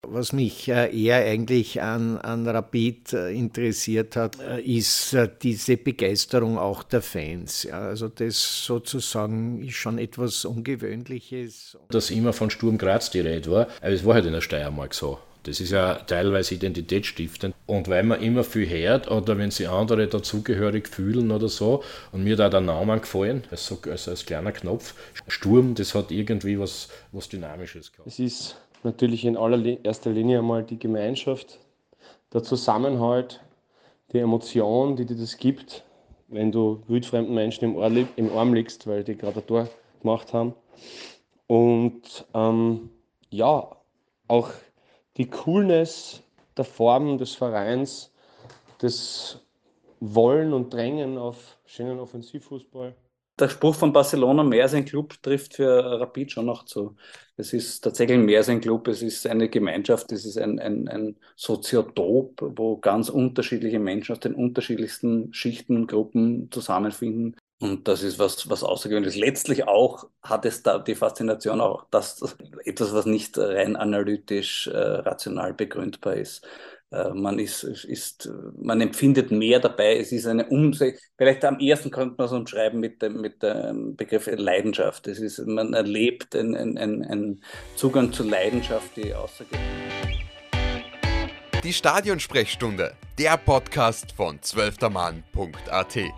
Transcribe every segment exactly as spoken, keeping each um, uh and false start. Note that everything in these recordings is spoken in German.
Was mich eher eigentlich an, an Rapid interessiert hat, ist diese Begeisterung auch der Fans. Ja, also das sozusagen ist schon etwas Ungewöhnliches. Dass immer von Sturm Graz die Rede war, aber es war halt in der Steiermark so. Das ist ja teilweise identitätsstiftend. Und weil man immer viel hört oder wenn sie andere dazugehörig fühlen oder so, und mir da der Name gefallen, also, also als kleiner Knopf, Sturm, das hat irgendwie was, was Dynamisches gehabt. Es ist natürlich in allererster Linie einmal die Gemeinschaft, der Zusammenhalt, die Emotion, die dir das gibt, wenn du wildfremden Menschen im, Ohr, im Arm liegst, weil die gerade ein Tor gemacht haben. Und ähm, ja, auch die Coolness der Form des Vereins, das Wollen und Drängen auf schönen Offensivfußball. Der Spruch von Barcelona, mehr als ein Club, trifft für Rapid schon noch zu. Es ist tatsächlich mehr als ein Club, es ist eine Gemeinschaft, es ist ein, ein, ein Soziotop, wo ganz unterschiedliche Menschen aus den unterschiedlichsten Schichten und Gruppen zusammenfinden. Und das ist was, was Außergewöhnliches. Letztlich auch hat es da die Faszination auch, dass etwas, was nicht rein analytisch, äh, rational begründbar ist. Äh, man ist, ist, man empfindet mehr dabei. Es ist eine Umse vielleicht am ersten könnte man es umschreiben mit dem, mit dem Begriff Leidenschaft. Es ist, man erlebt einen ein, ein Zugang zur Leidenschaft, die außergewöhnlich ist. Die Stadionsprechstunde, der Podcast von zwölftermann punkt a t.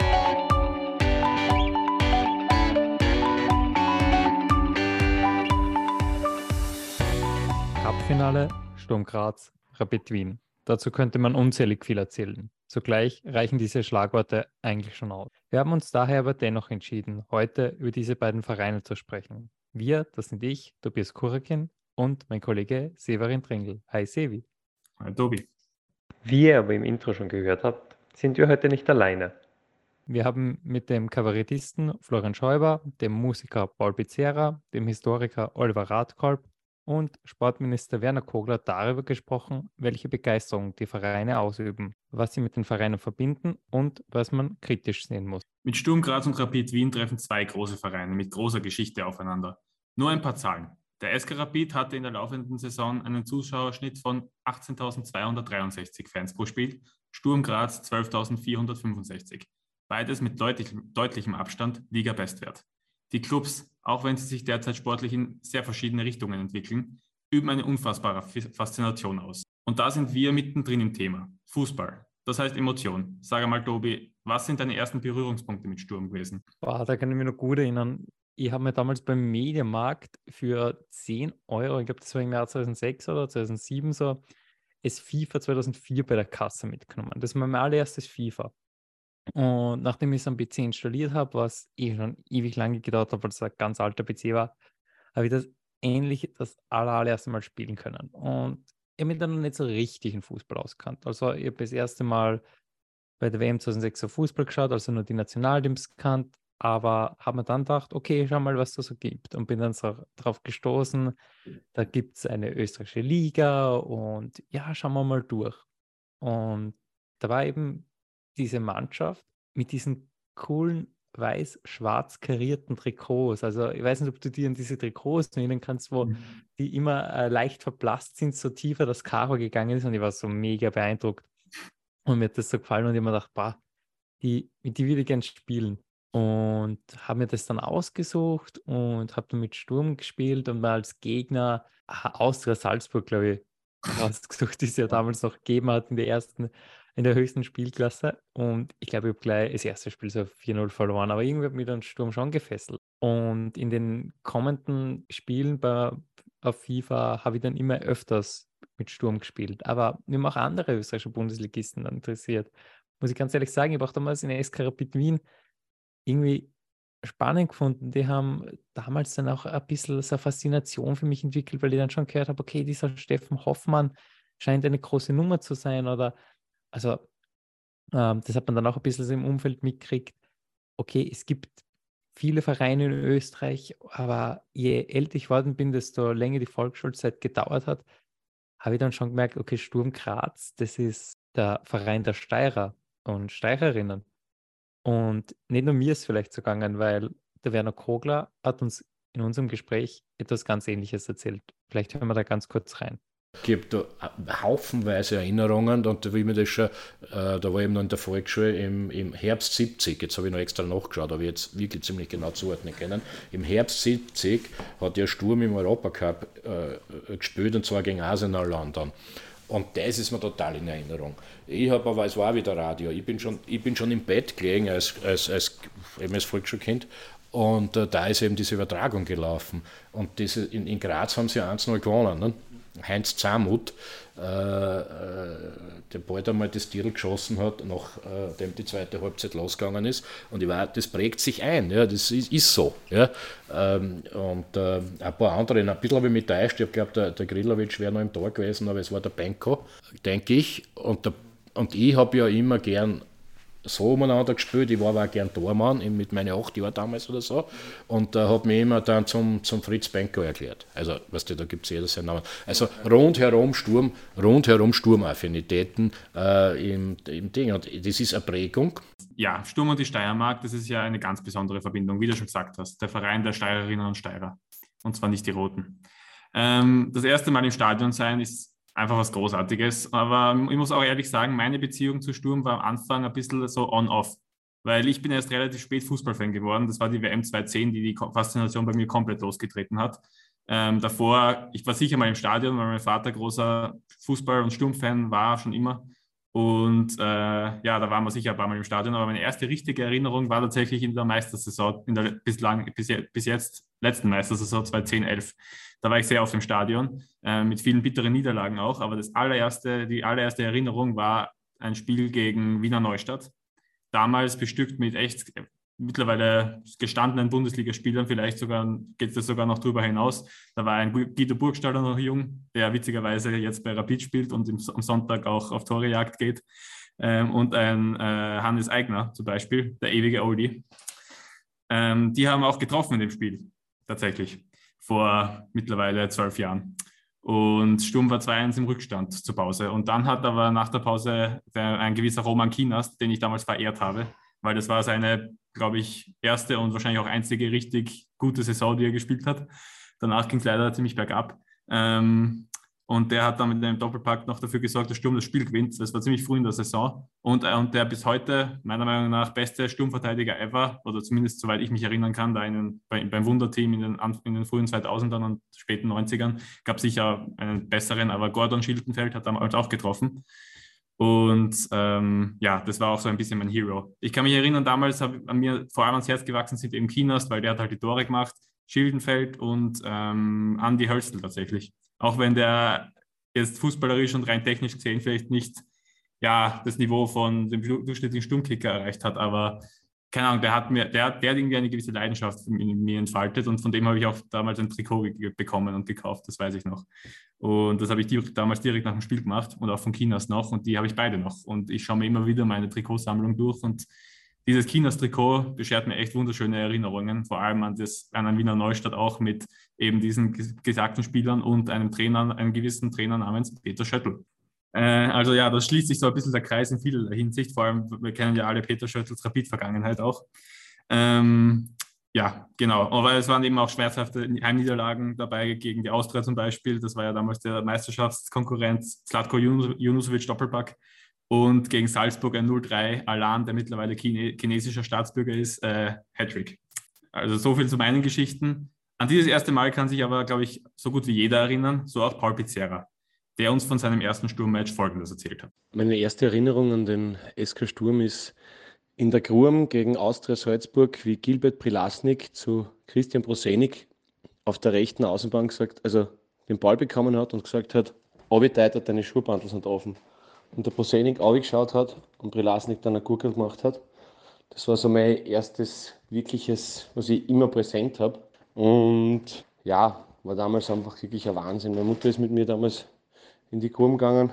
Cupfinale, Sturm Graz, Rapid Wien. Dazu könnte man unzählig viel erzählen. Zugleich reichen diese Schlagworte eigentlich schon aus. Wir haben uns daher aber dennoch entschieden, heute über diese beiden Vereine zu sprechen. Wir, das sind ich, Tobias Kurakin und mein Kollege Severin Trengel. Hi Sevi. Hi Tobi. Wie ihr aber im Intro schon gehört habt, sind wir heute nicht alleine. Wir haben mit dem Kabarettisten Florian Schäuber, dem Musiker Paul Pizzera, dem Historiker Oliver Radkolb und Sportminister Werner Kogler darüber gesprochen, welche Begeisterung die Vereine ausüben, was sie mit den Vereinen verbinden und was man kritisch sehen muss. Mit Sturm Graz und Rapid Wien treffen zwei große Vereine mit großer Geschichte aufeinander. Nur ein paar Zahlen. Der S K Rapid hatte in der laufenden Saison einen Zuschauerschnitt von achtzehntausendzweihundertdreiundsechzig Fans pro Spiel, Sturm Graz zwölftausendvierhundertfünfundsechzig. Beides mit deutlichem, deutlichem Abstand Liga-Bestwert. Die Clubs, auch wenn sie sich derzeit sportlich in sehr verschiedene Richtungen entwickeln, üben eine unfassbare Faszination aus. Und da sind wir mittendrin im Thema. Fußball, das heißt Emotion. Sag mal, Tobi, was sind deine ersten Berührungspunkte mit Sturm gewesen? Boah, da kann ich mich noch gut erinnern. Ich habe mir damals beim Mediamarkt für zehn Euro, ich glaube, das war im Jahr zweitausendsechs oder zweitausendsieben so, das FIFA zweitausendvier bei der Kasse mitgenommen. Das war mein allererstes FIFA. Und nachdem ich es am P C installiert habe, was eh schon ewig lange gedauert hat, weil es ein ganz alter P C war, habe ich das endlich das aller, allererste Mal spielen können. Und ich habe mich dann noch nicht so richtig in Fußball ausgekannt. Also ich habe das erste Mal bei der W M zweitausendsechs so Fußball geschaut, also nur die Nationalteams gekannt, aber habe mir dann gedacht, okay, schau mal, was es da so gibt. Und bin dann so drauf gestoßen, da gibt es eine österreichische Liga und ja, schauen wir mal durch. Und da war eben diese Mannschaft mit diesen coolen weiß-schwarz karierten Trikots. Also ich weiß nicht, ob du dir an diese Trikots erinnern kannst, wo mhm. die immer äh, leicht verblasst sind, so tiefer das Karo gegangen ist und ich war so mega beeindruckt. Und mir hat das so gefallen und ich habe mir gedacht, bah, die, mit die würde ich gerne spielen. Und habe mir das dann ausgesucht und habe dann mit Sturm gespielt und mal als Gegner ah, Austria Salzburg, glaube ich, rausgesucht, die es ja damals noch gegeben hat in der ersten, in der höchsten Spielklasse. Und ich glaube, ich habe gleich das erste Spiel so vier null verloren, aber irgendwie hat mich dann Sturm schon gefesselt. Und in den kommenden Spielen bei, auf FIFA habe ich dann immer öfters mit Sturm gespielt. Aber mir haben auch andere österreichische Bundesligisten dann interessiert. Muss ich ganz ehrlich sagen, ich habe auch damals in S K Rapid Wien irgendwie spannend gefunden. Die haben damals dann auch ein bisschen so eine Faszination für mich entwickelt, weil ich dann schon gehört habe, okay, dieser Steffen Hoffmann scheint eine große Nummer zu sein oder also ähm, das hat man dann auch ein bisschen so im Umfeld mitgekriegt. Okay, es gibt viele Vereine in Österreich, aber je älter ich geworden bin, desto länger die Volksschulzeit gedauert hat, habe ich dann schon gemerkt, okay, Sturm Graz, das ist der Verein der Steirer und Steirerinnen. Und nicht nur mir ist vielleicht so gegangen, weil der Werner Kogler hat uns in unserem Gespräch etwas ganz Ähnliches erzählt. Vielleicht hören wir da ganz kurz rein. Es gibt da haufenweise Erinnerungen und wie mir das schon, äh, da war ich noch in der Volksschule im, im Herbst siebzig, jetzt habe ich noch extra nachgeschaut, aber jetzt wirklich ziemlich genau zuordnen können. Im Herbst siebzig hat der Sturm im Europacup äh, gespielt und zwar gegen Arsenal London. Und das ist mir total in Erinnerung. Ich habe aber, es war wieder Radio, ich bin schon, ich bin schon im Bett gelegen als, als, als, eben als Volksschulkind. Und äh, da ist eben diese Übertragung gelaufen. Und diese, in, in Graz haben sie eins null gewonnen. Ne? Heinz Zamuth, äh, äh, der bald einmal das Tirl geschossen hat, nachdem äh, die zweite Halbzeit losgegangen ist. Und ich war, das prägt sich ein, ja, das ist, ist so. Ja. Ähm, und äh, ein paar andere, ein bisschen habe ich mich täuscht, ich glaube, der, der Grillovic wäre noch im Tor gewesen, aber es war der Benko, denke ich. Und, der, und ich habe ja immer gern so umeinander gespielt, ich war aber auch gern Tormann, mit meinen acht Jahren damals oder so, und da äh, hat mich immer dann zum, zum Fritz Benko erklärt. Also, weißt du, da gibt es jeder seinen Namen. Also rundherum Sturm, rundherum Sturmaffinitäten äh, im, im Ding. Und das ist eine Prägung. Ja, Sturm und die Steiermark, das ist ja eine ganz besondere Verbindung, wie du schon gesagt hast. Der Verein der Steirerinnen und Steirer. Und zwar nicht die Roten. Ähm, das erste Mal im Stadion sein ist einfach was Großartiges, aber ich muss auch ehrlich sagen, meine Beziehung zu Sturm war am Anfang ein bisschen so on-off, weil ich bin erst relativ spät Fußballfan geworden, das war die W M zweitausendzehn, die die Faszination bei mir komplett losgetreten hat. Ähm, davor, ich war sicher mal im Stadion, weil mein Vater großer Fußball- und Sturmfan war, schon immer. Und äh, ja, da waren wir sicher ein paar Mal im Stadion, aber meine erste richtige Erinnerung war tatsächlich in der Meistersaison, in der bislang, bis, bis jetzt letzten Meistersaison zweitausendzehn elf. Da war ich sehr oft im Stadion, äh, mit vielen bitteren Niederlagen auch, aber das allererste, die allererste Erinnerung war ein Spiel gegen Wiener Neustadt. Damals bestückt mit echt mittlerweile gestandenen Bundesligaspielern, vielleicht sogar geht es sogar noch drüber hinaus. Da war ein Guido Burgstaller noch jung, der witzigerweise jetzt bei Rapid spielt und im, am Sonntag auch auf Torejagd geht. Ähm, und ein äh, Hannes Eigner zum Beispiel, der ewige Oldie. Ähm, die haben auch getroffen in dem Spiel, tatsächlich, vor mittlerweile zwölf Jahren. Und Sturm war zwei eins im Rückstand zur Pause. Und dann hat aber nach der Pause der, ein gewisser Roman Kienast, den ich damals verehrt habe, weil das war seine, glaube ich, erste und wahrscheinlich auch einzige richtig gute Saison, die er gespielt hat. Danach ging es leider ziemlich bergab. Ähm, und der hat dann mit einem Doppelpack noch dafür gesorgt, dass Sturm das Spiel gewinnt. Das war ziemlich früh in der Saison. Und, äh, und der bis heute, meiner Meinung nach, beste Sturmverteidiger ever, oder zumindest soweit ich mich erinnern kann, da in den, bei, beim Wunderteam in den, in den frühen zweitausendern und späten neunzigern, gab es sicher einen besseren, aber Gordon Schildenfeld hat damals auch getroffen. Und ähm, ja, das war auch so ein bisschen mein Hero. Ich kann mich erinnern, damals habe an mir vor allem ans Herz gewachsen sind eben Kienast, weil der hat halt die Tore gemacht, Schildenfeld und ähm, Andi Hölzl tatsächlich. Auch wenn der jetzt fußballerisch und rein technisch gesehen vielleicht nicht ja, das Niveau von dem durchschnittlichen Sturmkicker erreicht hat, aber keine Ahnung, der hat mir, der, der hat irgendwie eine gewisse Leidenschaft in mir entfaltet und von dem habe ich auch damals ein Trikot bekommen und gekauft, das weiß ich noch. Und das habe ich direkt, damals direkt nach dem Spiel gemacht und auch von Kienast noch und die habe ich beide noch. Und ich schaue mir immer wieder meine Trikotsammlung durch und dieses Kienast-Trikot beschert mir echt wunderschöne Erinnerungen, vor allem an, das, an ein Wiener Neustadt auch mit eben diesen gesagten Spielern und einem Trainer, einem gewissen Trainer namens Peter Schöttl. Äh, also ja, das schließt sich so ein bisschen der Kreis in vielerlei Hinsicht, vor allem, wir kennen ja alle Peter Schöttls Rapid-Vergangenheit auch. Ähm, ja, genau, aber es waren eben auch schmerzhafte Heimniederlagen dabei gegen die Austria zum Beispiel, das war ja damals der Meisterschaftskonkurrent Zlatko Junusovic Doppelpack. Und gegen Salzburg ein null drei Alan, der mittlerweile Chine- chinesischer Staatsbürger ist, äh, Hattrick. Also so viel zu meinen Geschichten. An dieses erste Mal kann sich aber, glaube ich, so gut wie jeder erinnern, so auch Paul Pizzerra, der uns von seinem ersten Sturmmatch Folgendes erzählt hat. Meine erste Erinnerung an den S K Sturm ist in der Grum gegen Austria Salzburg, wie Gilbert Prilasnik zu Christian Prosenik auf der rechten Außenbahn gesagt, also den Ball bekommen hat und gesagt hat, Obi-Teit, deine Schuhbandel sind offen. Und der Prosenik aufgeschaut hat und Prilasnik dann eine Gurkel gemacht hat. Das war so mein erstes wirkliches, was ich immer präsent habe. Und ja, war damals einfach wirklich ein Wahnsinn. Meine Mutter ist mit mir damals in die Grum gegangen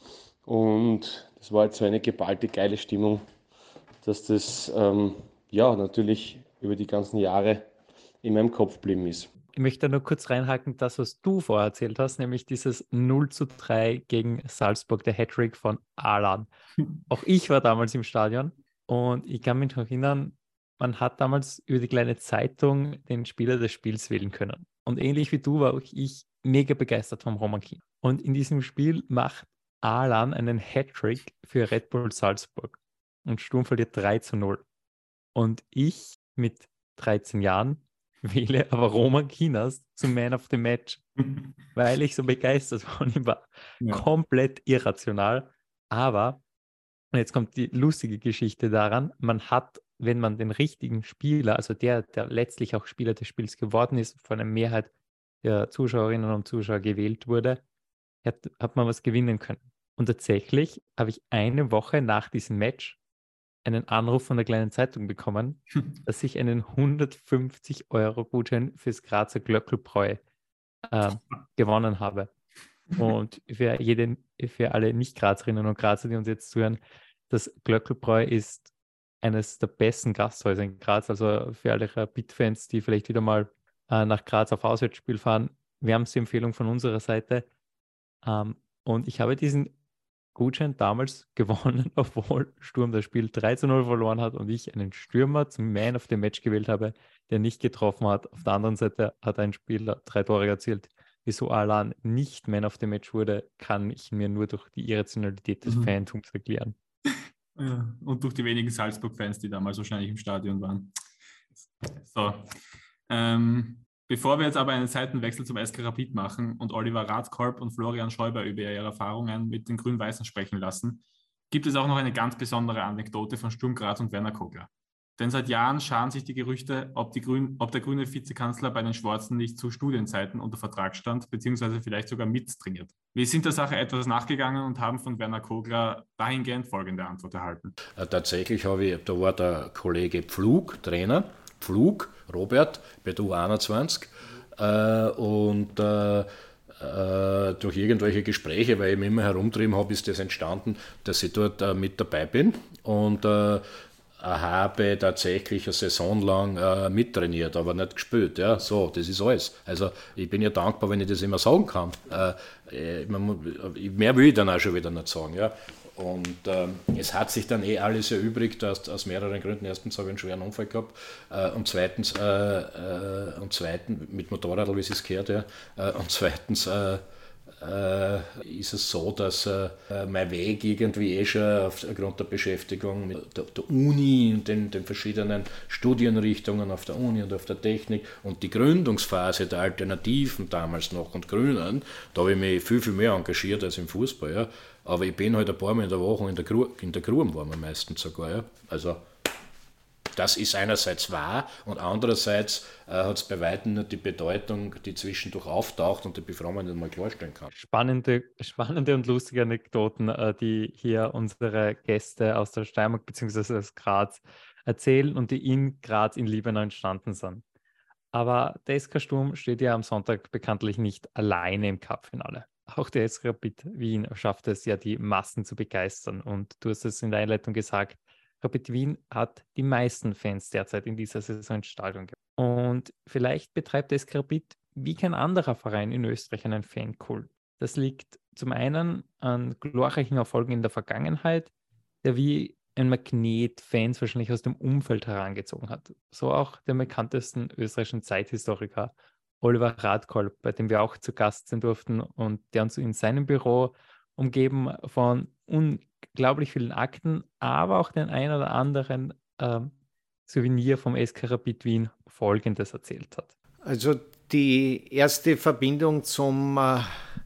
und das war halt so eine geballte, geile Stimmung, dass das ähm, ja natürlich über die ganzen Jahre in meinem Kopf geblieben ist. Ich möchte nur kurz reinhaken, das, was du vorher erzählt hast, nämlich dieses null zu drei gegen Salzburg, der Hattrick von Alan. Auch ich war damals im Stadion und ich kann mich noch erinnern, man hat damals über die kleine Zeitung den Spieler des Spiels wählen können. Und ähnlich wie du war auch ich mega begeistert vom Roman Kienast. Und in diesem Spiel macht Alan einen Hattrick für Red Bull Salzburg und Sturm verliert drei zu null. Und ich mit dreizehn Jahren wähle aber Roman Kinas zum Man of the Match, weil ich so begeistert von ihm war. Ja. Komplett irrational. Aber, und jetzt kommt die lustige Geschichte daran, man hat, wenn man den richtigen Spieler, also der, der letztlich auch Spieler des Spiels geworden ist, von einer Mehrheit der Zuschauerinnen und Zuschauer gewählt wurde, hat, hat man was gewinnen können. Und tatsächlich habe ich eine Woche nach diesem Match einen Anruf von der kleinen Zeitung bekommen, dass ich einen hundertfünfzig Euro Gutschein fürs Grazer Glöckelbräu äh, gewonnen habe. Und für, jede, für alle Nicht-Grazerinnen und Grazer, die uns jetzt zuhören, das Glöckelbräu ist eines der besten Gasthäuser in Graz. Also für alle Rapid-Fans, die vielleicht wieder mal äh, nach Graz auf Auswärtsspiel fahren, wärmste Empfehlung von unserer Seite. Ähm, und ich habe diesen Gutschein damals gewonnen, obwohl Sturm das Spiel drei zu null verloren hat und ich einen Stürmer zum Man of the Match gewählt habe, der nicht getroffen hat. Auf der anderen Seite hat ein Spieler drei Tore erzielt. Wieso Alan nicht Man of the Match wurde, kann ich mir nur durch die Irrationalität des Mhm. Fantums erklären. Ja, und durch die wenigen Salzburg-Fans, die damals wahrscheinlich im Stadion waren. So. Ähm, bevor wir jetzt aber einen Seitenwechsel zum S K Rapid machen und Oliver Radkorb und Florian Schäuber über ihre Erfahrungen mit den Grün-Weißen sprechen lassen, gibt es auch noch eine ganz besondere Anekdote von Sturm Graz und Werner Kogler. Denn seit Jahren scharen sich die Gerüchte, ob, die Grün, ob der grüne Vizekanzler bei den Schwarzen nicht zu Studienzeiten unter Vertrag stand, beziehungsweise vielleicht sogar mittrainiert. Wir sind der Sache etwas nachgegangen und haben von Werner Kogler dahingehend folgende Antwort erhalten. Äh, Tatsächlich habe ich, da war der Kollege Pflug, Trainer, Pflug, Robert, bei der U einundzwanzig äh, und äh, äh, durch irgendwelche Gespräche, weil ich mich immer herumtrieben habe, ist das entstanden, dass ich dort äh, mit dabei bin und äh, habe tatsächlich eine Saison lang äh, mittrainiert, aber nicht gespielt. Ja, so, das ist alles. Also ich bin ja dankbar, wenn ich das immer sagen kann. Äh, man, mehr will ich dann auch schon wieder nicht sagen. Ja. Und ähm, es hat sich dann eh alles erübrigt, aus, aus mehreren Gründen. Erstens habe ich einen schweren Unfall gehabt äh, und zweitens, äh, äh, und zweitens mit Motorrad, wie es gehört, ja, äh, und zweitens äh, äh, ist es so, dass äh, mein Weg irgendwie eh schon aufgrund der Beschäftigung mit der, der Uni und den, den verschiedenen Studienrichtungen auf der Uni und auf der Technik und die Gründungsphase der Alternativen damals noch und Grünen, da habe ich mich viel, viel mehr engagiert als im Fußball. Ja. Aber ich bin halt ein paar Mal in der Woche in der Gru in der Gruben waren wir meistens sogar. Ja. Also das ist einerseits wahr und andererseits äh, hat es bei weitem nicht die Bedeutung, die zwischendurch auftaucht und die Befragungen mal klarstellen kann. Spannende, spannende und lustige Anekdoten, äh, die hier unsere Gäste aus der Steiermark bzw. aus Graz erzählen und die in Graz in Liebenau entstanden sind. Aber der S K Sturm steht ja am Sonntag bekanntlich nicht alleine im Cup-Finale. Auch der S K Rapid Wien schafft es ja, die Massen zu begeistern. Und du hast es in der Einleitung gesagt, Rapid Wien hat die meisten Fans derzeit in dieser Saison ins Stadion gebracht. Und vielleicht betreibt S K Rapid wie kein anderer Verein in Österreich einen Fankult. Das liegt zum einen an glorreichen Erfolgen in der Vergangenheit, der wie ein Magnet Fans wahrscheinlich aus dem Umfeld herangezogen hat. So auch der bekanntesten österreichischen Zeithistoriker Oliver Radkolb, bei dem wir auch zu Gast sein durften und der uns in seinem Büro umgeben von unglaublich vielen Akten, aber auch den ein oder anderen äh, Souvenir vom S K Rapid Wien Folgendes erzählt hat. Also die erste Verbindung zum äh,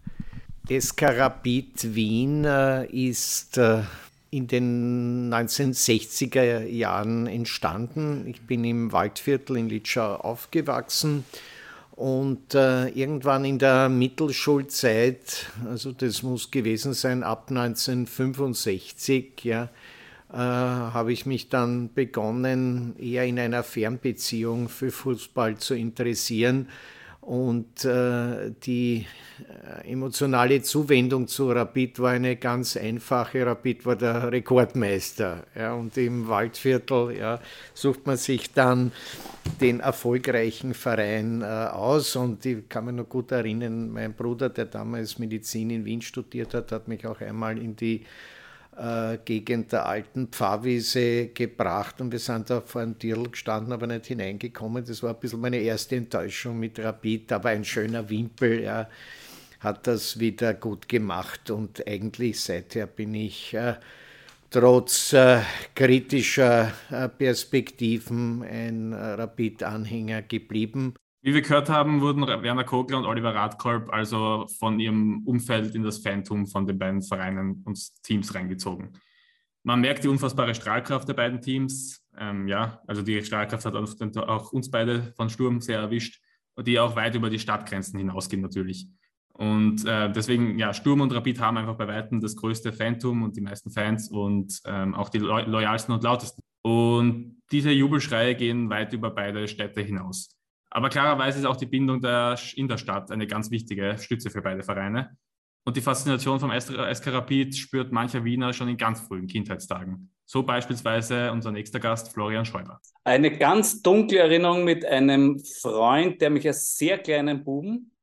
S K Rapid Wien äh, ist äh, in den neunzehnhundertsechziger Jahren entstanden. Ich bin im Waldviertel in Litschau aufgewachsen. Und äh, irgendwann in der Mittelschulzeit, also das muss gewesen sein ab neunzehnhundertfünfundsechzig, ja, äh, habe ich mich dann begonnen, eher in einer Fernbeziehung für Fußball zu interessieren. Und äh, die äh, emotionale Zuwendung zu Rapid war eine ganz einfache. Rapid war der Rekordmeister. Ja, und im Waldviertel ja, sucht man sich dann den erfolgreichen Verein äh, aus. Und ich kann mich noch gut erinnern, mein Bruder, der damals Medizin in Wien studiert hat, hat mich auch einmal in die äh, Gegend der alten Pfarrwiese gebracht und wir sind da vor einem Dirl gestanden, aber nicht hineingekommen. Das war ein bisschen meine erste Enttäuschung mit Rapid, aber ein schöner Wimpel, ja. hat das wieder gut gemacht und eigentlich seither bin ich äh, trotz äh, kritischer äh, Perspektiven ein äh, Rapid-Anhänger geblieben. Wie wir gehört haben, wurden Werner Kogler und Oliver Radkolb also von ihrem Umfeld in das Fantum von den beiden Vereinen und Teams reingezogen. Man merkt die unfassbare Strahlkraft der beiden Teams. Ähm, ja, also die Strahlkraft hat auch uns beide von Sturm sehr erwischt, die auch weit über die Stadtgrenzen hinausgehen natürlich. Und äh, deswegen, ja, Sturm und Rapid haben einfach bei Weitem das größte Fantum und die meisten Fans und ähm, auch die lo- loyalsten und lautesten. Und diese Jubelschreie gehen weit über beide Städte hinaus. Aber klarerweise ist auch die Bindung der, in der Stadt eine ganz wichtige Stütze für beide Vereine. Und die Faszination vom S K Rapid spürt mancher Wiener schon in ganz frühen Kindheitstagen. So beispielsweise unser nächster Gast, Florian Schäuber. Eine ganz dunkle Erinnerung mit einem Freund, der mich als sehr kleinen Buben,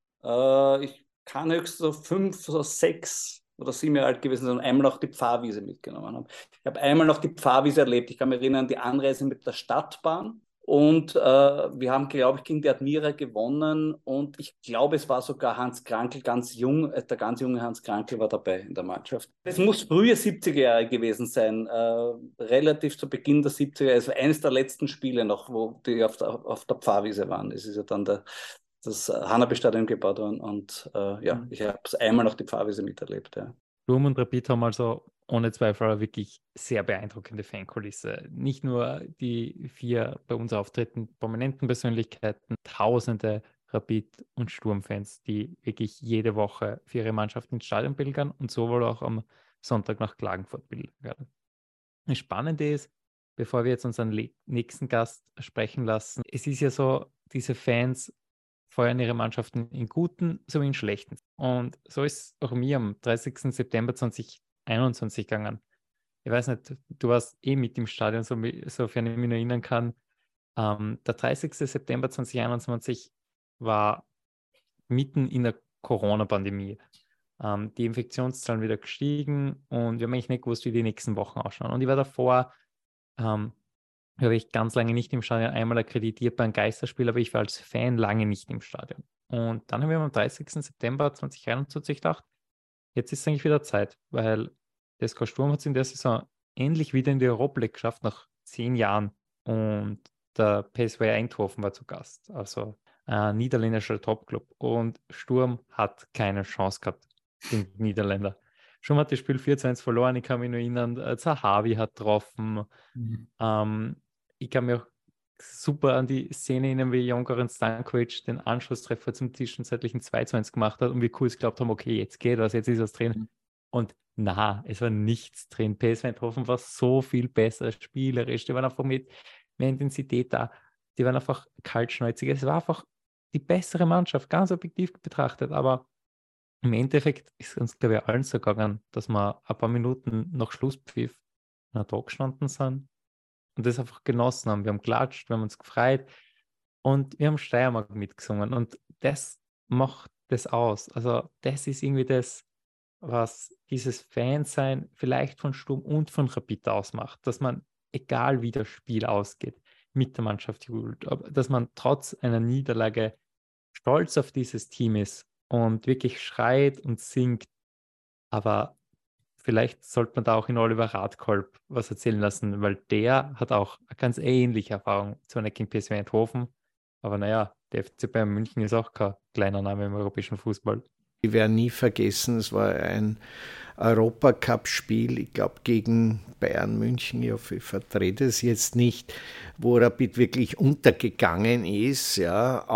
äh, ich kann höchstens so fünf oder sechs oder sieben Jahre alt gewesen sein, und einmal auch die Pfarrwiese mitgenommen habe. Ich habe einmal noch die Pfarrwiese erlebt. Ich kann mich erinnern an die Anreise mit der Stadtbahn. Und äh, wir haben, glaube ich, gegen die Admira gewonnen. Und ich glaube, es war sogar Hans Krankl, ganz jung, äh, der ganz junge Hans Krankl war dabei in der Mannschaft. Es muss frühe siebziger Jahre gewesen sein, äh, relativ zu Beginn der siebziger Jahre. Es war eines der letzten Spiele noch, wo die auf der, auf der Pfarrwiese waren. Es ist ja dann der, das Hanabi-Stadion gebaut worden. Und äh, ja, mhm. ich habe es einmal noch die Pfarrwiese miterlebt. Ja. Sturm und Rapid haben also ohne Zweifel eine wirklich sehr beeindruckende Fankulisse. Nicht nur die vier bei uns auftretenden prominenten Persönlichkeiten, tausende Rapid- und Sturmfans, die wirklich jede Woche für ihre Mannschaft ins Stadion pilgern und so wohl auch am Sonntag nach Klagenfurt pilgern werden. Das Spannende ist, bevor wir jetzt unseren le- nächsten Gast sprechen lassen, es ist ja so, diese Fans feuern ihre Mannschaften in guten sowie in schlechten. Und so ist auch mir am dreißigsten September zweitausendeinundzwanzig gegangen. Ich weiß nicht, du warst eh mit im Stadion, so, sofern ich mich noch erinnern kann. Ähm, der dreißigsten September zweitausendeinundzwanzig war mitten in der Corona-Pandemie. Ähm, die Infektionszahlen wieder gestiegen und wir haben eigentlich nicht gewusst, wie die nächsten Wochen ausschauen. Und ich war davor, ähm, habe ich ganz lange nicht im Stadion, einmal akkreditiert bei einem Geisterspiel, aber ich war als Fan lange nicht im Stadion. Und dann haben wir am dreißigsten September zweitausendeinundzwanzig gedacht, jetzt ist eigentlich wieder Zeit, weil der S K Sturm hat es in der Saison endlich wieder in die Europa League geschafft, nach zehn Jahren. Und der P S V Eindhoven war zu Gast, also ein niederländischer Topclub. Und Sturm hat keine Chance gehabt gegen die Niederländer. Sturm hat das Spiel vier zu eins verloren, ich kann mich nur erinnern, Zahavi hat getroffen. Mhm. Ähm, ich kann mich auch super an die Szene erinnern, wie Jonkarin Stankovic den Anschlusstreffer zum zwischenzeitlichen zwei zu eins gemacht hat und wir kurz geglaubt haben, okay, jetzt geht was, jetzt ist was drin. Mhm. Und na, es war nichts drin. P S V Eindhoven war so viel besser spielerisch. Die waren einfach mit mehr Intensität da. Die waren einfach kaltschnäuzig. Es war einfach die bessere Mannschaft, ganz objektiv betrachtet. Aber im Endeffekt ist uns, glaube ich, allen so gegangen, dass wir ein paar Minuten nach Schlusspfiff da gestanden sind und das einfach genossen haben. Wir haben geklatscht, wir haben uns gefreut und wir haben Steiermark mitgesungen. Und das macht das aus. Also das ist irgendwie das, was dieses Fansein vielleicht von Sturm und von Rapid ausmacht, dass man, egal wie das Spiel ausgeht, mit der Mannschaft jubelt, dass man trotz einer Niederlage stolz auf dieses Team ist und wirklich schreit und singt. Aber vielleicht sollte man da auch in Oliver Radkolb was erzählen lassen, weil der hat auch eine ganz ähnliche Erfahrung zu einer gegen P S V Eindhoven. Aber naja, der F C Bayern München ist auch kein kleiner Name im europäischen Fußball. Ich werde nie vergessen, es war ein Europacup-Spiel, ich glaube gegen Bayern München, ich hoffe, ich vertrete es jetzt nicht, wo Rapid wirklich untergegangen ist, ja,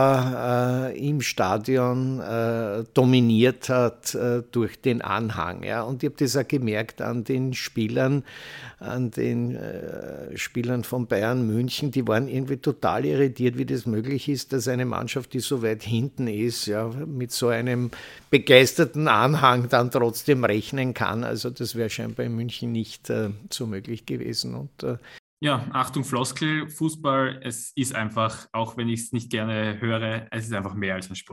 aber äh, im Stadion äh, dominiert hat äh, durch den Anhang. Ja, und ich habe das auch gemerkt an den Spielern, an den äh, Spielern von Bayern München, die waren irgendwie total irritiert, wie das möglich ist, dass eine Mannschaft, die so weit hinten ist, ja, mit so einem begeisterten Anhang dann trotzdem rechnen kann. Also das wäre scheinbar in München nicht äh, so möglich gewesen. Und, äh ja, Achtung Floskel, Fußball, es ist einfach, auch wenn ich es nicht gerne höre, es ist einfach mehr als ein Sport.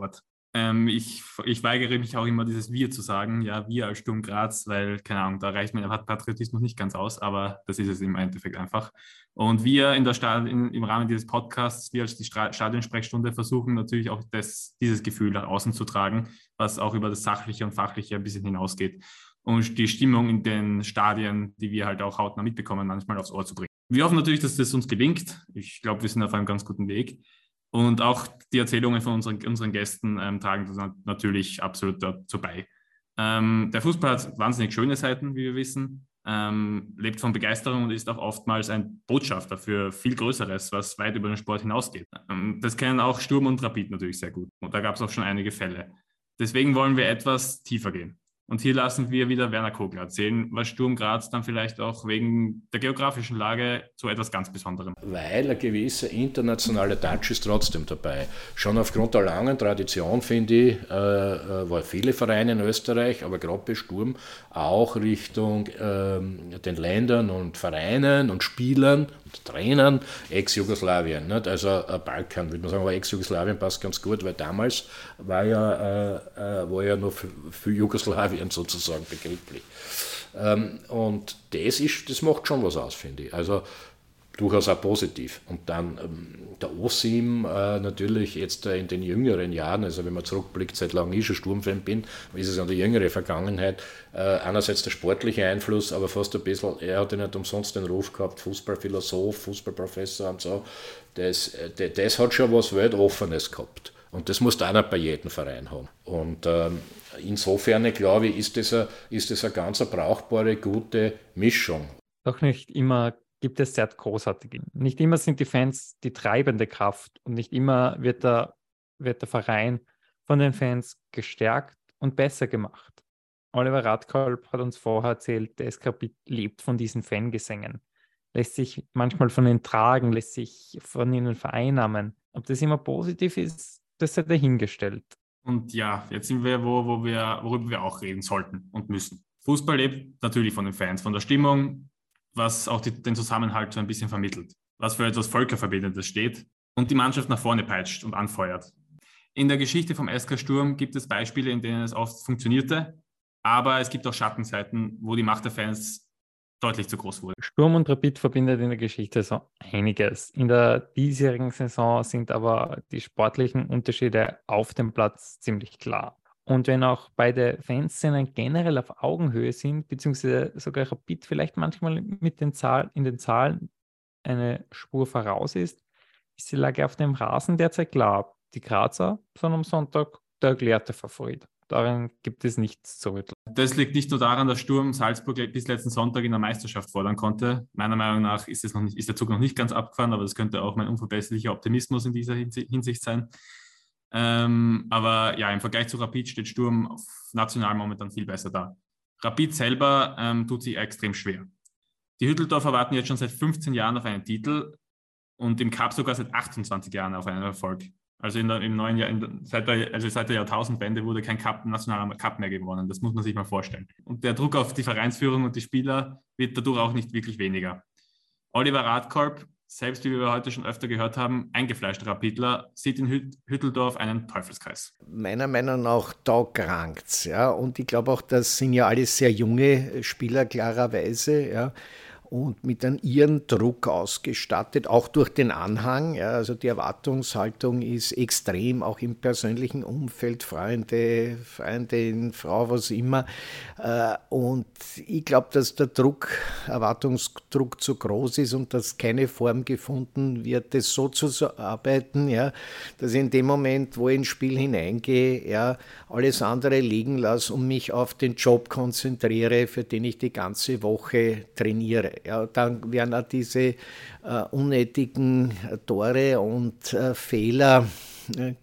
Ähm, ich, ich weigere mich auch immer, dieses Wir zu sagen, ja, wir als Sturm Graz, weil, keine Ahnung, da reicht mein Patriotismus nicht ganz aus, aber das ist es im Endeffekt einfach. Und wir in der Stad in, im Rahmen dieses Podcasts, wir als die Stra- Stadionsprechstunde versuchen natürlich auch das, dieses Gefühl nach außen zu tragen, was auch über das Sachliche und Fachliche ein bisschen hinausgeht. Und die Stimmung in den Stadien, die wir halt auch hautnah mitbekommen, manchmal aufs Ohr zu bringen. Wir hoffen natürlich, dass das uns gelingt. Ich glaube, wir sind auf einem ganz guten Weg. Und auch die Erzählungen von unseren, unseren Gästen ähm, tragen das natürlich absolut dazu bei. Ähm, der Fußball hat wahnsinnig schöne Seiten, wie wir wissen, ähm, lebt von Begeisterung und ist auch oftmals ein Botschafter für viel Größeres, was weit über den Sport hinausgeht. Ähm, das kennen auch Sturm und Rapid natürlich sehr gut. Und da gab es auch schon einige Fälle. Deswegen wollen wir etwas tiefer gehen. Und hier lassen wir wieder Werner Kogler erzählen, was Sturm Graz dann vielleicht auch wegen der geografischen Lage zu etwas ganz Besonderem. Weil ein gewisser internationaler Touch ist trotzdem dabei. Schon aufgrund der langen Tradition, finde ich, äh, war viele Vereine in Österreich, aber gerade bei Sturm auch Richtung äh, den Ländern und Vereinen und Spielern und Trainern Ex-Jugoslawien. Nicht? Also äh, Balkan, würde man sagen, aber Ex-Jugoslawien passt ganz gut, weil damals war ja, äh, war ja nur für, für Jugoslawien sozusagen begrifflich. Ähm, und das, ist, das macht schon was aus, finde ich. Also durchaus auch positiv. Und dann ähm, der Osim äh, natürlich jetzt äh, in den jüngeren Jahren, also wenn man zurückblickt, seit langem ich schon Sturmfan bin, ist es an die jüngere Vergangenheit, äh, einerseits der sportliche Einfluss, aber fast ein bisschen, er hat ja nicht umsonst den Ruf gehabt, Fußballphilosoph, Fußballprofessor und so, das, das, das hat schon was Weltoffenes gehabt. Und das muss auch nicht bei jedem Verein haben. Und ähm, insofern, glaube ich, ist das, eine, ist das eine ganz brauchbare, gute Mischung. Doch nicht immer gibt es sehr großartige. Nicht immer sind die Fans die treibende Kraft und nicht immer wird der, wird der Verein von den Fans gestärkt und besser gemacht. Oliver Radkolb hat uns vorher erzählt, der S K Rapid lebt von diesen Fangesängen, lässt sich manchmal von ihnen tragen, lässt sich von ihnen vereinnahmen. Ob das immer positiv ist, das sei dahingestellt. Und ja, jetzt sind wir, wo, wo wir, worüber wir auch reden sollten und müssen. Fußball lebt natürlich von den Fans, von der Stimmung, was auch die, den Zusammenhalt so ein bisschen vermittelt, was für etwas Völkerverbindendes steht und die Mannschaft nach vorne peitscht und anfeuert. In der Geschichte vom S K Sturm gibt es Beispiele, in denen es oft funktionierte, aber es gibt auch Schattenseiten, wo die Macht der Fans deutlich zu groß wurde. Sturm und Rapid verbindet in der Geschichte so einiges. In der diesjährigen Saison sind aber die sportlichen Unterschiede auf dem Platz ziemlich klar. Und wenn auch beide Fanszenen generell auf Augenhöhe sind, beziehungsweise sogar Rapid vielleicht manchmal mit den Zahl, in den Zahlen eine Spur voraus ist, ist die Lage auf dem Rasen derzeit klar. Die Grazer sind am Sonntag der erklärte Favorit. Daran gibt es nichts zu rütteln. Das liegt nicht nur daran, dass Sturm Salzburg bis letzten Sonntag in der Meisterschaft fordern konnte. Meiner Meinung nach ist, es noch nicht, ist der Zug noch nicht ganz abgefahren, aber das könnte auch mein unverbesserlicher Optimismus in dieser Hinsicht sein. Ähm, aber ja, im Vergleich zu Rapid steht Sturm auf national momentan viel besser da. Rapid selber ähm, tut sich extrem schwer. Die Hütteldorfer warten jetzt schon seit fünfzehn Jahren auf einen Titel und im Cup sogar seit achtundzwanzig Jahren auf einen Erfolg. Also in der, im neuen Jahr, in, seit, der, also seit der Jahrtausendwende wurde kein Cup, nationaler Cup mehr gewonnen. Das muss man sich mal vorstellen. Und der Druck auf die Vereinsführung und die Spieler wird dadurch auch nicht wirklich weniger. Oliver Radkolb, selbst wie wir heute schon öfter gehört haben, eingefleischter Rapidler, sieht in Hüt- Hütteldorf einen Teufelskreis. Meiner Meinung nach, da krankt's, ja. Und ich glaube auch, das sind ja alles sehr junge Spieler, klarerweise, ja. Und mit einem irren Druck ausgestattet, auch durch den Anhang. Ja, also die Erwartungshaltung ist extrem, auch im persönlichen Umfeld, Freunde, Freundin, Frau, was immer. Und ich glaube, dass der Druck, Erwartungsdruck zu groß ist und dass keine Form gefunden wird, das so zu arbeiten, ja, dass ich in dem Moment, wo ich ins Spiel hineingehe, ja, alles andere liegen lasse und mich auf den Job konzentriere, für den ich die ganze Woche trainiere. Ja, dann werden auch diese äh, unnötigen Tore und äh, Fehler äh,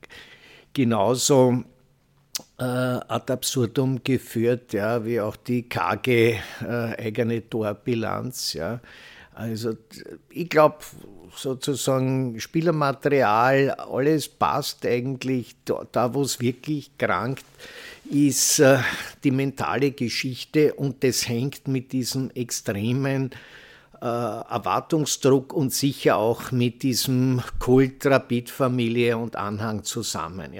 genauso äh, ad absurdum geführt, ja, wie auch die karge äh, eigene Torbilanz. Ja. Also ich glaube, sozusagen Spielermaterial, alles passt eigentlich. Da, da wo es wirklich krankt, ist äh, die mentale Geschichte und das hängt mit diesem extremen äh, Erwartungsdruck und sicher auch mit diesem Kult Rapid-Familie und Anhang zusammen. Ja.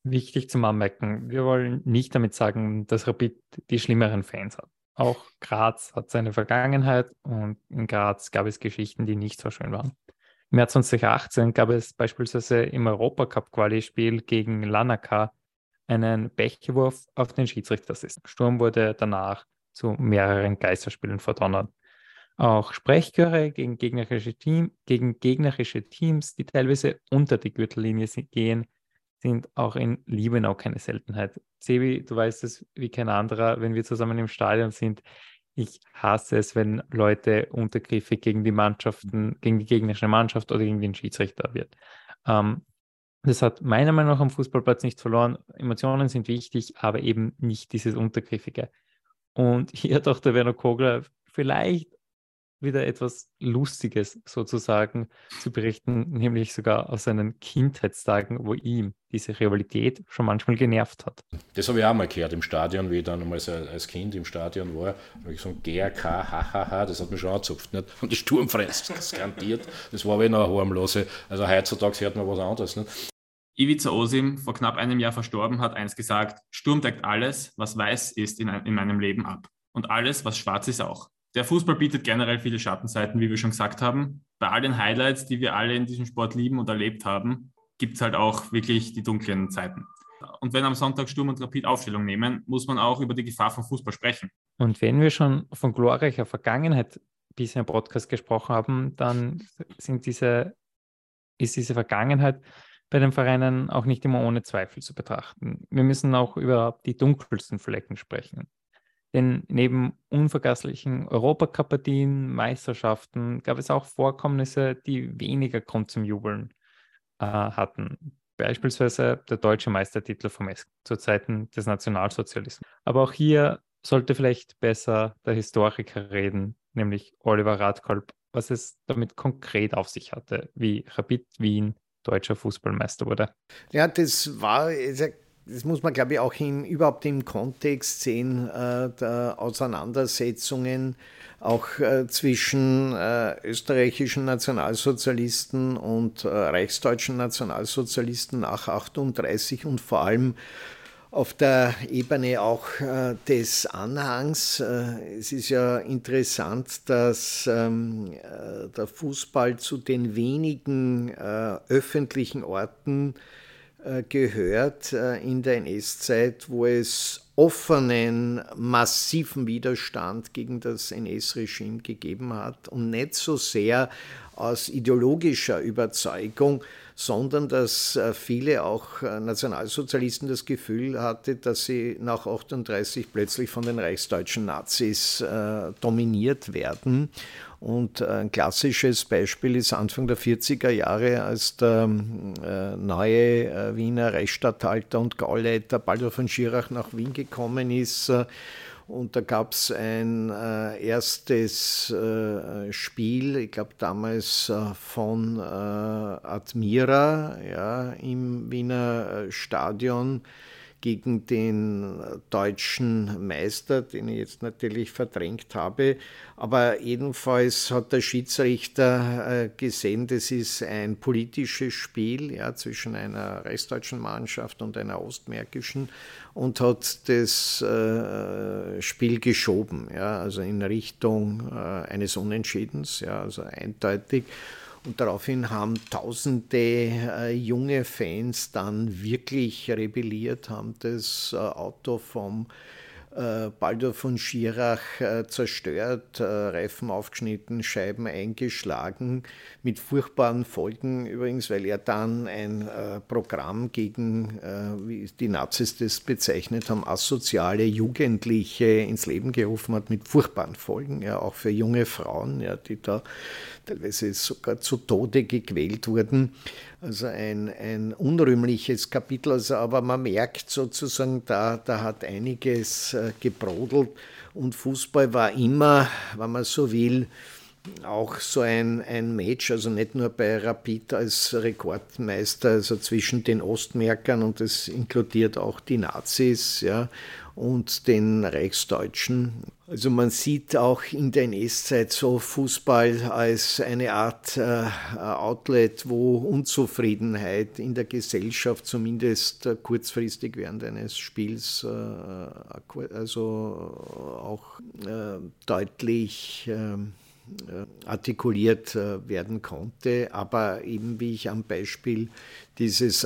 Wichtig zum Anmerken, wir wollen nicht damit sagen, dass Rapid die schlimmeren Fans hat. Auch Graz hat seine Vergangenheit und in Graz gab es Geschichten, die nicht so schön waren. Im März zweitausendachtzehn gab es beispielsweise im Europacup-Quali-Spiel gegen Larnaca einen Pechwurf auf den Schiedsrichtersitz. Sturm wurde danach zu mehreren Geisterspielen verdonnert. Auch Sprechchöre gegen gegnerische, Team, gegen gegnerische Teams, die teilweise unter die Gürtellinie gehen, sind auch in Liebenau keine Seltenheit. Sebi, du weißt es wie kein anderer, wenn wir zusammen im Stadion sind. Ich hasse es, wenn Leute untergriffig gegen die Mannschaften, gegen die gegnerische Mannschaft oder gegen den Schiedsrichter wird. Ähm, das hat meiner Meinung nach am Fußballplatz nicht verloren. Emotionen sind wichtig, aber eben nicht dieses Untergriffige. Und hier hat auch der Werner Kogler vielleicht wieder etwas Lustiges sozusagen zu berichten, nämlich sogar aus seinen Kindheitstagen, wo ihm diese Rivalität schon manchmal genervt hat. Das habe ich auch mal gehört im Stadion, wie ich dann einmal als Kind im Stadion war, habe ich gesagt, G R K, hahaha, das hat mich schon angezupft, nicht? Und die Sturmfress, das garantiert, das war aber noch eine harmlose, also heutzutage hört man was anderes, nicht? Ivica Osim, vor knapp einem Jahr verstorben, hat einst gesagt, Sturm deckt alles, was weiß ist in, in meinem Leben ab. Und alles, was schwarz ist auch. Der Fußball bietet generell viele Schattenseiten, wie wir schon gesagt haben. Bei all den Highlights, die wir alle in diesem Sport lieben und erlebt haben, gibt es halt auch wirklich die dunklen Zeiten. Und wenn am Sonntag Sturm und Rapid Aufstellung nehmen, muss man auch über die Gefahr von Fußball sprechen. Und wenn wir schon von glorreicher Vergangenheit bisher im Podcast gesprochen haben, dann sind diese, ist diese Vergangenheit bei den Vereinen auch nicht immer ohne Zweifel zu betrachten. Wir müssen auch über die dunkelsten Flecken sprechen. Denn neben unvergesslichen Europacup-Partien, Meisterschaften gab es auch Vorkommnisse, die weniger Grund zum Jubeln äh, hatten. Beispielsweise der deutsche Meistertitel vom S K zu Zeiten des Nationalsozialismus. Aber auch hier sollte vielleicht besser der Historiker reden, nämlich Oliver Radkolb, was es damit konkret auf sich hatte, wie Rapid Wien deutscher Fußballmeister wurde. Ja, das war... Das muss man, glaube ich, auch im, überhaupt im Kontext sehen äh, der Auseinandersetzungen auch äh, zwischen äh, österreichischen Nationalsozialisten und äh, reichsdeutschen Nationalsozialisten nach achtunddreißig und vor allem auf der Ebene auch äh, des Anhangs. Äh, es ist ja interessant, dass ähm, äh, der Fußball zu den wenigen äh, öffentlichen Orten gehört in der N S-Zeit, wo es offenen, massiven Widerstand gegen das N S-Regime gegeben hat und nicht so sehr aus ideologischer Überzeugung, sondern dass viele auch Nationalsozialisten das Gefühl hatten, dass sie nach achtunddreißig plötzlich von den reichsdeutschen Nazis äh, dominiert werden. Und ein klassisches Beispiel ist Anfang der vierziger Jahre, als der äh, neue äh, Wiener Reichsstatthalter und Gauleiter Baldur von Schirach nach Wien gekommen ist. Äh, Und da gab es ein äh, erstes äh, Spiel, ich glaube damals äh, von äh, Admira, ja, im Wiener Stadion gegen den deutschen Meister, den ich jetzt natürlich verdrängt habe. Aber jedenfalls hat der Schiedsrichter äh, gesehen, das ist ein politisches Spiel, ja, zwischen einer reichsdeutschen Mannschaft und einer ostmärkischen, und hat das äh, Spiel geschoben, ja, also in Richtung äh, eines Unentschiedens, ja, also eindeutig. Und daraufhin haben tausende äh, junge Fans dann wirklich rebelliert, haben das äh, Auto vom äh, Baldur von Schirach äh, zerstört, äh, Reifen aufgeschnitten, Scheiben eingeschlagen, mit furchtbaren Folgen übrigens, weil er dann ein äh, Programm gegen, äh, wie die Nazis das bezeichnet haben, asoziale Jugendliche ins Leben gerufen hat, mit furchtbaren Folgen, ja, auch für junge Frauen, ja, die da teilweise sogar zu Tode gequält wurden. Also ein, ein unrühmliches Kapitel, also, aber man merkt sozusagen, da, da hat einiges äh, gebrodelt, und Fußball war immer, wenn man so will, auch so ein, ein Match, also nicht nur bei Rapid als Rekordmeister, also zwischen den Ostmärkern, und das inkludiert auch die Nazis, ja, und den Reichsdeutschen. Also man sieht auch in der N S-Zeit so Fußball als eine Art äh, Outlet, wo Unzufriedenheit in der Gesellschaft zumindest äh, kurzfristig während eines Spiels äh, also auch äh, deutlich äh, artikuliert äh, werden konnte. Aber eben wie ich am Beispiel dieses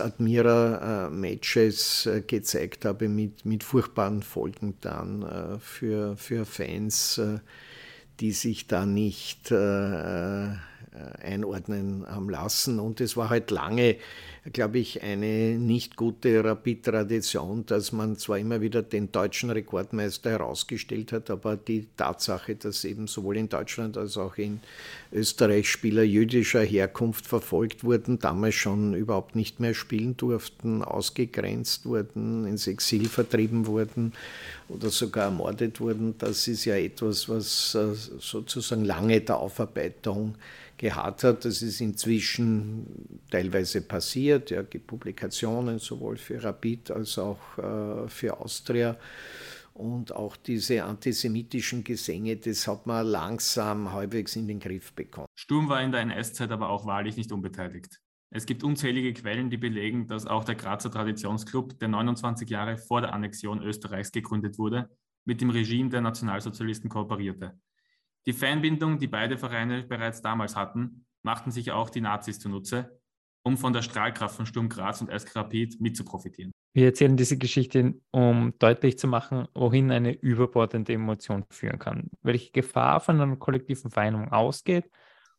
Admira-Matches äh, gezeigt habe, mit, mit furchtbaren Folgen dann äh, für, für Fans, äh, die sich da nicht äh, einordnen haben lassen. Und es war halt lange, glaube ich, eine nicht gute Rapid-Tradition, dass man zwar immer wieder den deutschen Rekordmeister herausgestellt hat, aber die Tatsache, dass eben sowohl in Deutschland als auch in Österreich Spieler jüdischer Herkunft verfolgt wurden, damals schon überhaupt nicht mehr spielen durften, ausgegrenzt wurden, ins Exil vertrieben wurden oder sogar ermordet wurden, das ist ja etwas, was sozusagen lange der Aufarbeitung geharrt hat. Das ist inzwischen teilweise passiert. Ja, gibt Publikationen sowohl für Rapid als auch äh, für Austria. Und auch diese antisemitischen Gesänge, das hat man langsam halbwegs in den Griff bekommen. Sturm war in der N S-Zeit aber auch wahrlich nicht unbeteiligt. Es gibt unzählige Quellen, die belegen, dass auch der Grazer Traditionsclub, der neunundzwanzig Jahre vor der Annexion Österreichs gegründet wurde, mit dem Regime der Nationalsozialisten kooperierte. Die Fanbindung, die beide Vereine bereits damals hatten, machten sich auch die Nazis zunutze, um von der Strahlkraft von Sturm Graz und S K Rapid mitzuprofitieren. Wir erzählen diese Geschichte, um deutlich zu machen, wohin eine überbordende Emotion führen kann, welche Gefahr von einer kollektiven Vereinigung ausgeht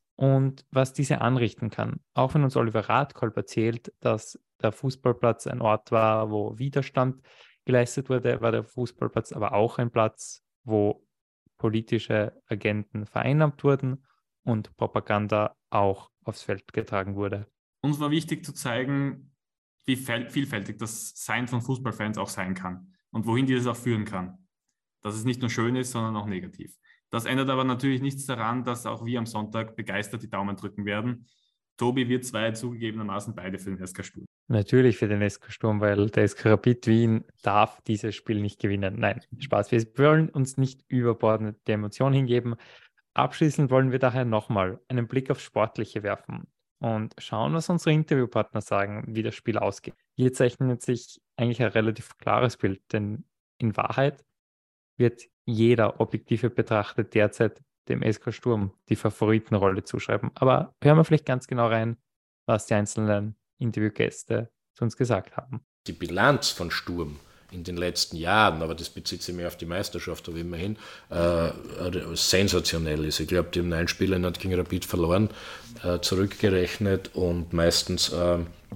und was diese anrichten kann. Auch wenn uns Oliver Radkolb erzählt, dass der Fußballplatz ein Ort war, wo Widerstand geleistet wurde, war der Fußballplatz aber auch ein Platz, wo politische Agenten vereinnahmt wurden und Propaganda auch aufs Feld getragen wurde. Uns war wichtig zu zeigen, wie vielfältig das Sein von Fußballfans auch sein kann und wohin dieses auch führen kann. Dass es nicht nur schön ist, sondern auch negativ. Das ändert aber natürlich nichts daran, dass auch wir am Sonntag begeistert die Daumen drücken werden. Tobi, wir zwei zugegebenermaßen beide für den S K Sturm. Natürlich für den S K Sturm, weil der S K Rapid Wien darf dieses Spiel nicht gewinnen. Nein, Spaß. Wir wollen uns nicht überbordende Emotionen hingeben. Abschließend wollen wir daher nochmal einen Blick aufs Sportliche werfen und schauen, was unsere Interviewpartner sagen, wie das Spiel ausgeht. Hier zeichnet sich eigentlich ein relativ klares Bild, denn in Wahrheit wird jeder objektive Betrachter derzeit dem S K Sturm die Favoritenrolle zuschreiben. Aber hören wir vielleicht ganz genau rein, was die einzelnen Interviewgäste zu uns gesagt haben. Die Bilanz von Sturm in den letzten Jahren, aber das bezieht sich mehr auf die Meisterschaft, aber immerhin äh, sensationell ist. Ich glaube, die haben neun Spiele gegen Rapid verloren, äh, zurückgerechnet und meistens, äh,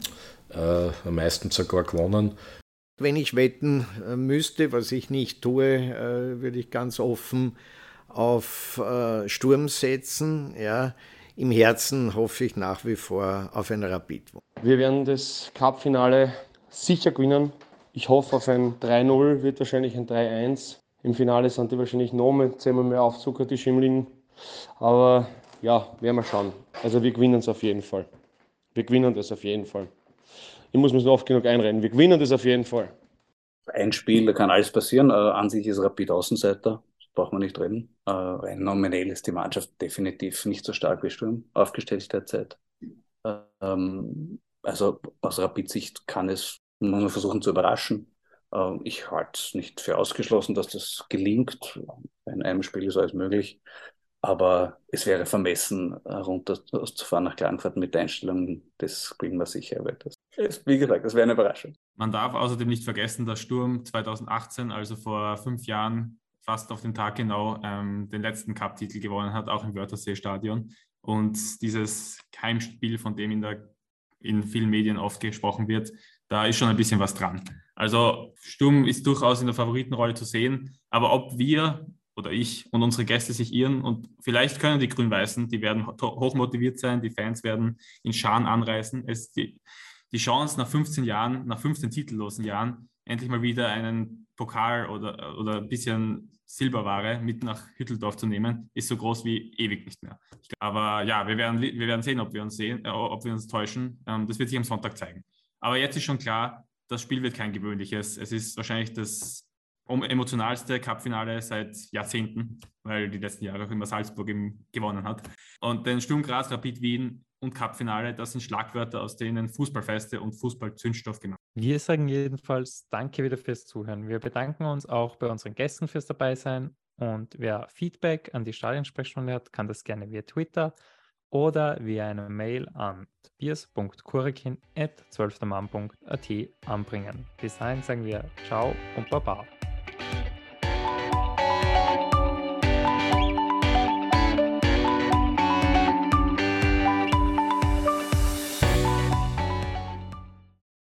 äh, meistens sogar gewonnen. Wenn ich wetten müsste, was ich nicht tue, äh, würde ich ganz offen auf äh, Sturm setzen. Ja. Im Herzen hoffe ich nach wie vor auf ein Rapid. Wir werden das Cup-Finale sicher gewinnen. Ich hoffe auf ein drei null, wird wahrscheinlich ein drei eins. Im Finale sind die wahrscheinlich noch mit zehnmal mehr aufzuckert, die Schimmligen. Aber ja, werden wir schauen. Also wir gewinnen es auf jeden Fall. Wir gewinnen das auf jeden Fall. Ich muss mir so oft genug einreden. Wir gewinnen das auf jeden Fall. Ein Spiel, da kann alles passieren. Äh, an sich ist Rapid Außenseiter. Braucht man nicht reden. Äh, rein nominell ist die Mannschaft definitiv nicht so stark wie Sturm aufgestellt derzeit. Ähm, also aus Rapid-Sicht kann es, muss man versuchen zu überraschen. Äh, ich halte es nicht für ausgeschlossen, dass das gelingt. In einem Spiel ist alles möglich. Aber es wäre vermessen, runterzufahren nach Klagenfurt mit der Einstellung, das kriegen wir sicher. Weil das ist, wie gesagt, das wäre eine Überraschung. Man darf außerdem nicht vergessen, dass Sturm zwanzig achtzehn, also vor fünf Jahren, fast auf den Tag genau ähm, den letzten Cup-Titel gewonnen hat, auch im Wörthersee-Stadion. Und dieses Heimspiel, von dem in, der, in vielen Medien oft gesprochen wird, da ist schon ein bisschen was dran. Also Sturm ist durchaus in der Favoritenrolle zu sehen, aber ob wir oder ich und unsere Gäste sich irren und vielleicht können die Grün-Weißen, die werden hochmotiviert sein, die Fans werden in Scharen anreißen. Es die, die Chance nach fünfzehn Jahren, nach fünfzehn titellosen Jahren, endlich mal wieder einen Pokal oder, oder ein bisschen Silberware mit nach Hütteldorf zu nehmen, ist so groß wie ewig nicht mehr. Aber ja, wir werden, wir werden sehen, ob wir uns sehen, äh, ob wir uns täuschen. Ähm, das wird sich am Sonntag zeigen. Aber jetzt ist schon klar, das Spiel wird kein gewöhnliches. Es ist wahrscheinlich das um emotionalste Cup-Finale seit Jahrzehnten, weil die letzten Jahre auch immer Salzburg im, gewonnen hat. Und den Sturm Graz, Rapid Wien und Cup-Finale, das sind Schlagwörter, aus denen Fußballfeste und Fußball-Zündstoff gemacht. Wir sagen jedenfalls danke wieder fürs Zuhören. Wir bedanken uns auch bei unseren Gästen fürs Dabeisein. Und wer Feedback an die Stadionsprechstunde hat, kann das gerne via Twitter oder via eine Mail an tobias punkt kurikin at zwölftermann punkt at anbringen. Bis dahin sagen wir Ciao und Baba.